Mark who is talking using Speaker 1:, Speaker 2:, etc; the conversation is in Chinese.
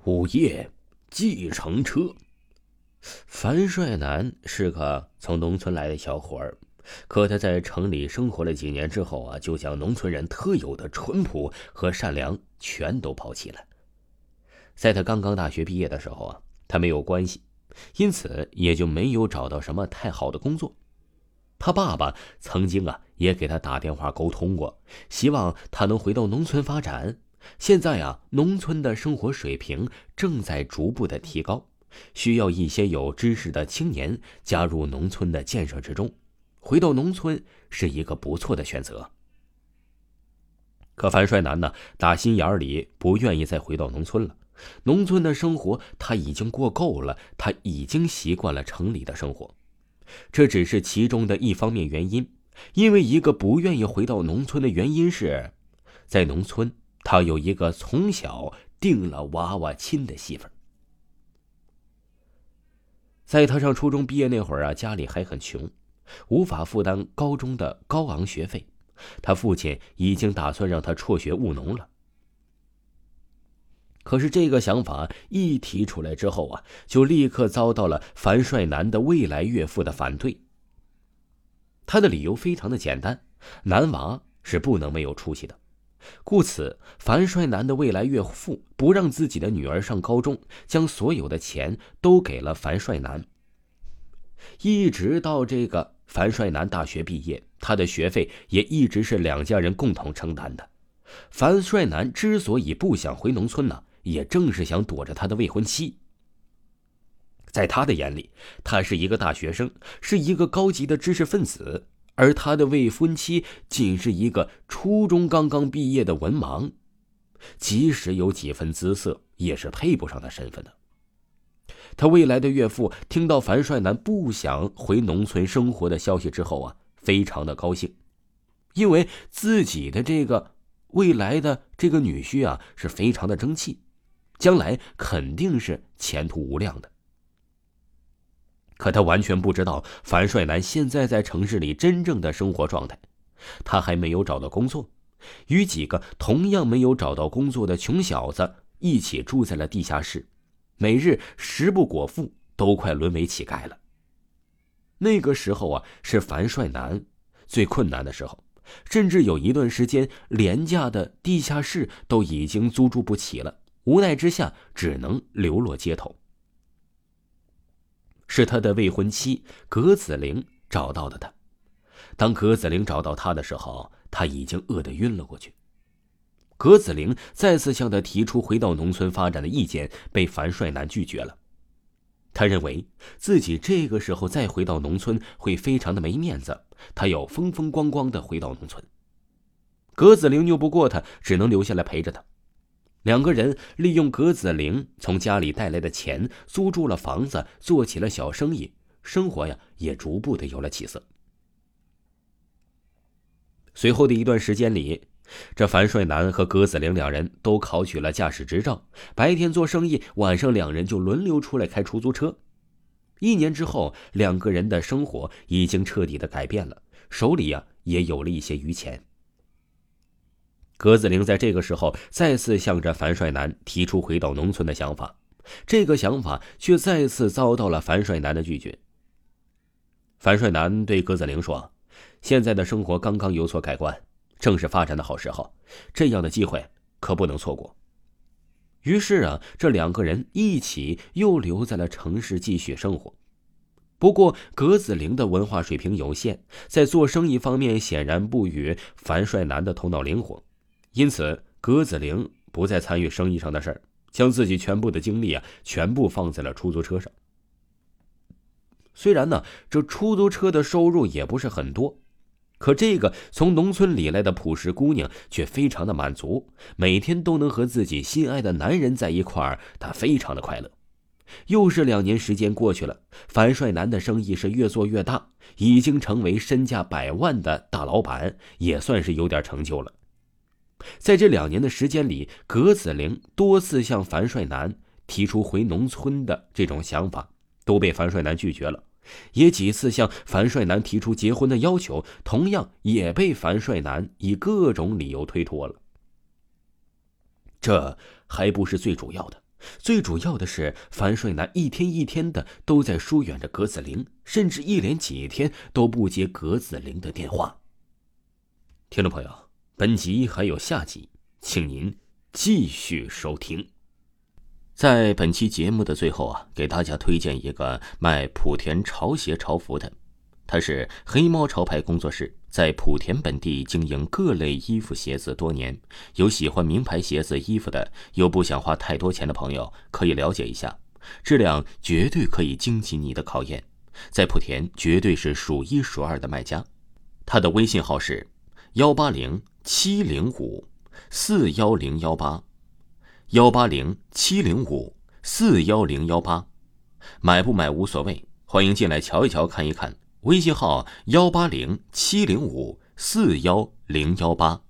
Speaker 1: 午夜，计程车。樊帅南是个从农村来的小伙儿，可他在城里生活了几年之后就将农村人特有的淳朴和善良全都抛弃了。在他刚刚大学毕业的时候他没有关系，因此也就没有找到什么太好的工作。他爸爸曾经也给他打电话沟通过，希望他能回到农村发展。现在农村的生活水平正在逐步的提高，需要一些有知识的青年加入农村的建设之中，回到农村是一个不错的选择。可樊帅南打心眼里不愿意再回到农村了，农村的生活他已经过够了，他已经习惯了城里的生活。这只是其中的一方面原因，因为一个不愿意回到农村的原因是，在农村他有一个从小定了娃娃亲的媳妇儿。在他上初中毕业那会儿家里还很穷，无法负担高中的高昂学费，他父亲已经打算让他辍学务农了。可是这个想法一提出来之后就立刻遭到了樊帅南的未来岳父的反对。他的理由非常的简单，男娃是不能没有出息的。故此，樊帅南的未来岳父不让自己的女儿上高中，将所有的钱都给了樊帅南。一直到这个樊帅南大学毕业，他的学费也一直是两家人共同承担的。樊帅南之所以不想回农村也正是想躲着他的未婚妻。在他的眼里，他是一个大学生，是一个高级的知识分子，而他的未婚妻仅是一个初中刚刚毕业的文盲，即使有几分姿色，也是配不上他身份的。他未来的岳父听到樊帅南不想回农村生活的消息之后非常的高兴，因为自己的这个未来的这个女婿是非常的争气，将来肯定是前途无量的。可他完全不知道樊帅南现在在城市里真正的生活状态。他还没有找到工作，与几个同样没有找到工作的穷小子一起住在了地下室，每日食不果腹，都快沦为乞丐了。那个时候是樊帅南最困难的时候，甚至有一段时间廉价的地下室都已经租住不起了，无奈之下只能流落街头。是他的未婚妻葛子玲找到的他。当葛子玲找到他的时候，他已经饿得晕了过去。葛子玲再次向他提出回到农村发展的意见，被樊帅南拒绝了。他认为自己这个时候再回到农村会非常的没面子，他要风风光光的回到农村。葛子玲拗不过他，只能留下来陪着他。两个人利用葛子玲从家里带来的钱租住了房子，做起了小生意，生活也逐步的有了起色。随后的一段时间里，这樊帅南和葛子玲两人都考取了驾驶执照，白天做生意，晚上两人就轮流出来开出租车。1年之后，两个人的生活已经彻底的改变了，手里也有了一些余钱。葛子玲在这个时候再次向着樊帅南提出回到农村的想法，这个想法却再次遭到了樊帅南的拒绝。樊帅南对葛子玲说，现在的生活刚刚有所改观，正是发展的好时候，这样的机会可不能错过。于是这两个人一起又留在了城市继续生活。不过葛子玲的文化水平有限，在做生意方面显然不与樊帅南的头脑灵活，因此葛子玲不再参与生意上的事儿，将自己全部的精力全部放在了出租车上。虽然这出租车的收入也不是很多，可这个从农村里来的朴实姑娘却非常的满足，每天都能和自己心爱的男人在一块儿，她非常的快乐。又是2年时间过去了，樊帅南的生意是越做越大，已经成为身价100万的大老板，也算是有点成就了。在这2年的时间里，葛子玲多次向樊帅南提出回农村的这种想法，都被樊帅南拒绝了，也几次向樊帅南提出结婚的要求，同样也被樊帅南以各种理由推脱了。这还不是最主要的， 最主要的是，樊帅南一天一天的都在疏远着葛子玲，甚至一连几天都不接葛子玲的电话。听众朋友，本集还有下集，请您继续收听。在本期节目的最后给大家推荐一个卖莆田潮鞋潮服的，他是黑猫潮牌工作室，在莆田本地经营各类衣服鞋子多年，有喜欢名牌鞋子衣服的，又不想花太多钱的朋友可以了解一下，质量绝对可以经起你的考验，在莆田绝对是数一数二的卖家。他的微信号是180-705-41018，180-705-41018，买不买无所谓，欢迎进来瞧一瞧看一看。微信号180-705-41018。